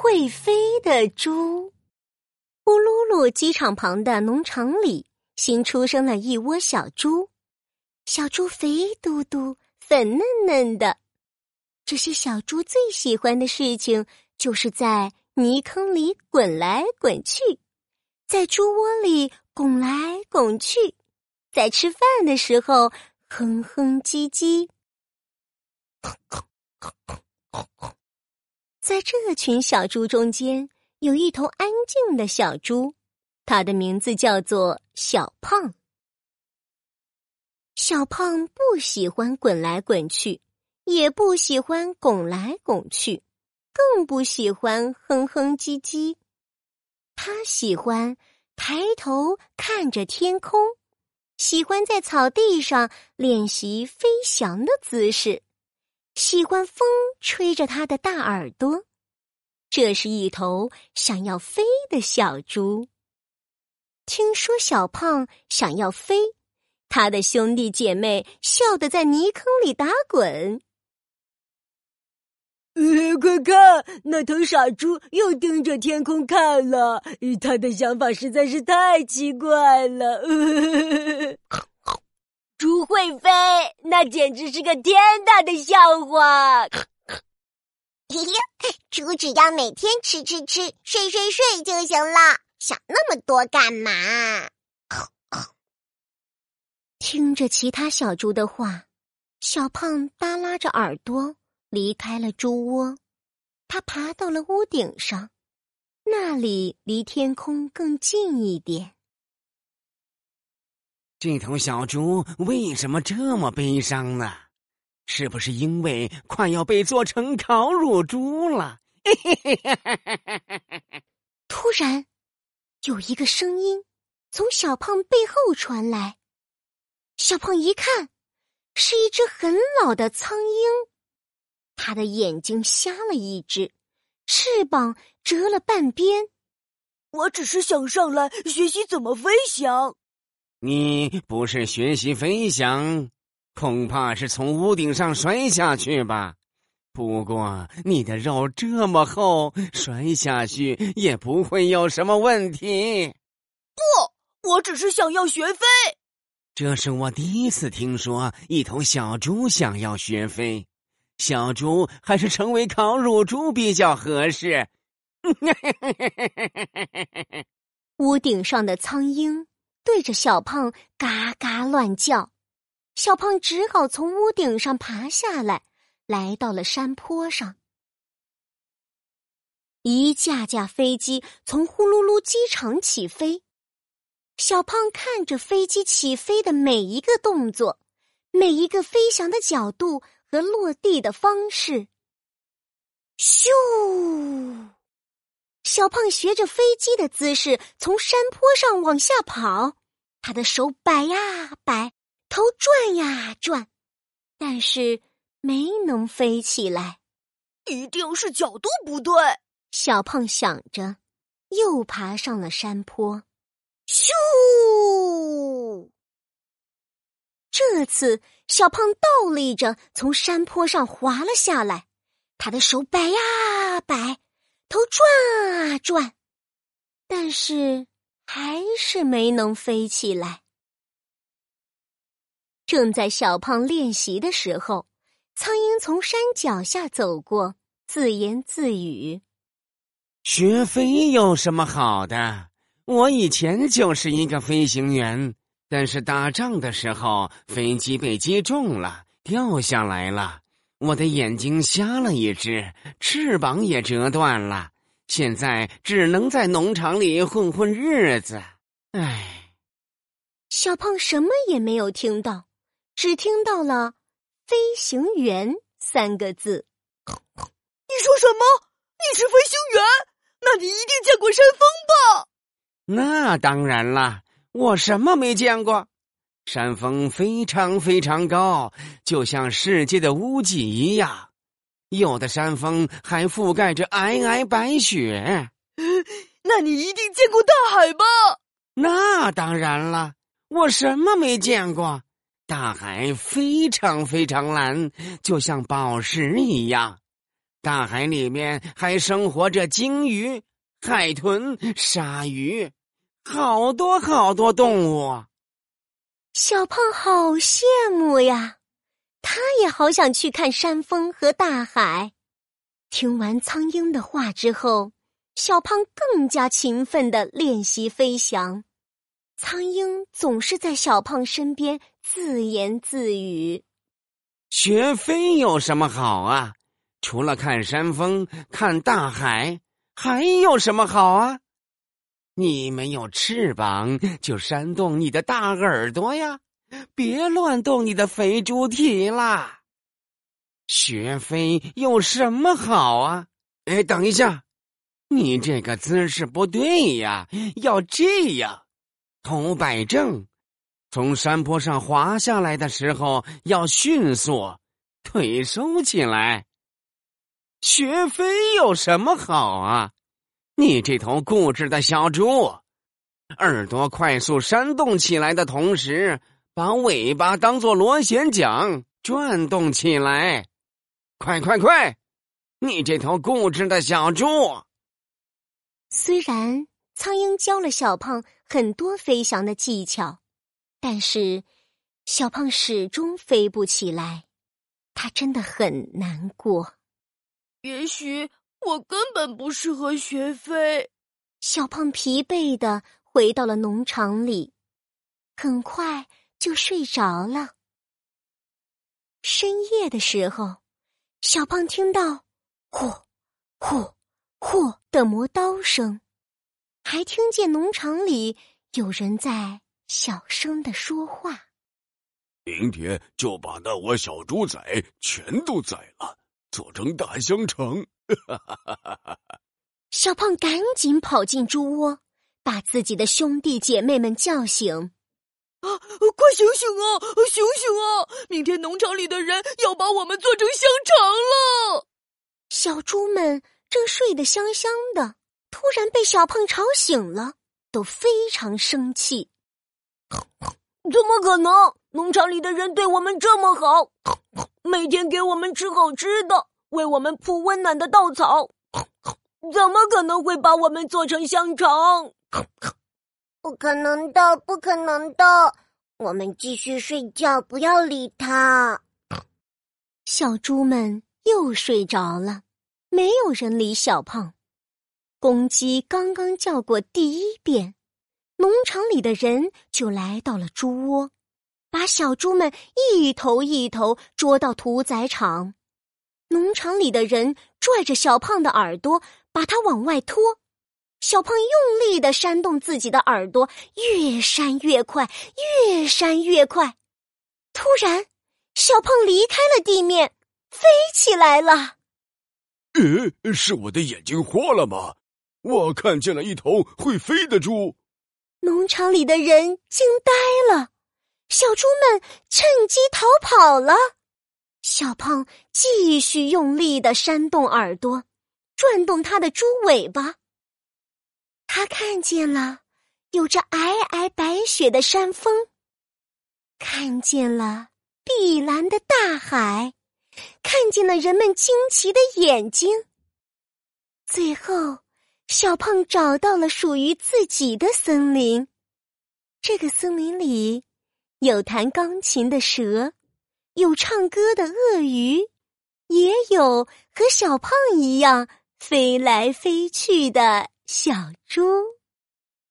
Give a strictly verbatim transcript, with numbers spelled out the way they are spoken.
会飞的猪。乌鲁鲁机场旁的农场里，新出生了一窝小猪。小猪肥嘟嘟、粉嫩嫩的。这些小猪最喜欢的事情，就是在泥坑里滚来滚去，在猪窝里拱来拱去，在吃饭的时候哼哼唧唧。在这群小猪中间，有一头安静的小猪，它的名字叫做小胖。小胖不喜欢滚来滚去，也不喜欢拱来拱去，更不喜欢哼哼唧唧。他喜欢抬头看着天空，喜欢在草地上练习飞翔的姿势，喜欢风吹着他的大耳朵。这是一头想要飞的小猪。听说小胖想要飞，他的兄弟姐妹笑得在泥坑里打滚。 呃，快看，那头傻猪又盯着天空看了，他的想法实在是太奇怪了。呃、猪会飞，那简直是个天大的笑话。 嘿嘿，猪只要每天吃吃吃，睡睡睡就行了，想那么多干嘛？ 听着其他小猪的话，小胖耷拉着耳朵离开了猪窝。他爬到了屋顶上，那里离天空更近一点。 这头小猪为什么这么悲伤呢？是不是因为快要被做成烤乳猪了？ 突然，有一个声音从小胖背后传来。小胖一看，是一只很老的苍鹰。它的眼睛瞎了一只，翅膀折了半边。 我只是想上来学习怎么飞翔。 你不是学习飞翔，恐怕是从屋顶上摔下去吧。不过你的肉这么厚，摔下去也不会有什么问题。 不，我只是想要学飞。 这是我第一次听说一头小猪想要学飞。小猪还是成为烤乳猪比较合适。 屋顶上的苍鹰对着小胖嘎嘎乱叫，小胖只好从屋顶上爬下来，来到了山坡上。一架架飞机从呼噜噜机场起飞，小胖看着飞机起飞的每一个动作，每一个飞翔的角度和落地的方式。咻！小胖学着飞机的姿势从山坡上往下跑，他的手摆呀摆，头转呀转，但是没能飞起来。 一定是角度不对， 小胖想着，又爬上了山坡。咻！这次小胖倒立着从山坡上滑了下来，他的手摆呀摆，头转啊转，但是还是没能飞起来。正在小胖练习的时候，苍鹰从山脚下走过，自言自语： 学飞有什么好的？我以前就是一个飞行员，但是打仗的时候飞机被击中了，掉下来了，我的眼睛瞎了一只，翅膀也折断了，现在只能在农场里混混日子。唉， 小胖什么也没有听到，只听到了飞行员三个字。 你说什么？你是飞行员？那你一定见过山峰吧？ 那当然了，我什么没见过。山峰非常非常高，就像世界的屋脊一样，有的山峰还覆盖着皑皑白雪。 那你一定见过大海吧？ 那当然了，我什么没见过。大海非常非常蓝，就像宝石一样。 大海里面还生活着鲸鱼、海豚、鲨鱼，好多好多动物。 小胖好羡慕呀，他也好想去看山峰和大海。听完苍鹰的话之后，小胖更加勤奋地练习飞翔。苍鹰总是在小胖身边自言自语： 学飞有什么好啊？除了看山峰、看大海，还有什么好啊？你没有翅膀，就扇动你的大耳朵呀，别乱动你的肥猪蹄啦。学飞有什么好啊？哎，等一下，你这个姿势不对呀，要这样，头摆正，从山坡上滑下来的时候要迅速，腿收起来。学飞有什么好啊？你这头固执的小猪，耳朵快速扇动起来的同时，把尾巴当作螺旋桨转动起来。快快快！你这头固执的小猪！ 虽然苍鹰教了小胖很多飞翔的技巧，但是小胖始终飞不起来，他真的很难过。 也许我根本不适合学飞。 小胖疲惫地回到了农场里，很快就睡着了。深夜的时候，小胖听到呼呼呼的磨刀声，还听见农场里有人在小声地说话。 明天就把那窝小猪仔全都宰了，做成大香肠。 小胖赶紧跑进猪窝，把自己的兄弟姐妹们叫醒。 啊，快醒醒啊，醒醒啊！明天农场里的人要把我们做成香肠了。 小猪们正睡得香香的，突然被小胖吵醒了，都非常生气。 怎么可能？农场里的人对我们这么好，每天给我们吃好吃的，为我们铺温暖的稻草，怎么可能会把我们做成香肠？ 不可能的，不可能的！我们继续睡觉，不要理他。 小猪们又睡着了，没有人理小胖。公鸡刚刚叫过第一遍，农场里的人就来到了猪窝，把小猪们一头一头捉到屠宰场。农场里的人拽着小胖的耳朵，把他往外拖。小胖用力地扇动自己的耳朵，越扇越快，越扇越快。突然，小胖离开了地面，飞起来了。 呃，是我的眼睛花了吗？我看见了一头会飞的猪。 农场里的人惊呆了，小猪们趁机逃跑了。小胖继续用力地扇动耳朵，转动他的猪尾巴。他看见了有着皑皑白雪的山峰，看见了碧蓝的大海，看见了人们惊奇的眼睛。最后，小胖找到了属于自己的森林。这个森林里有弹钢琴的蛇，有唱歌的鳄鱼，也有和小胖一样飞来飞去的小猪。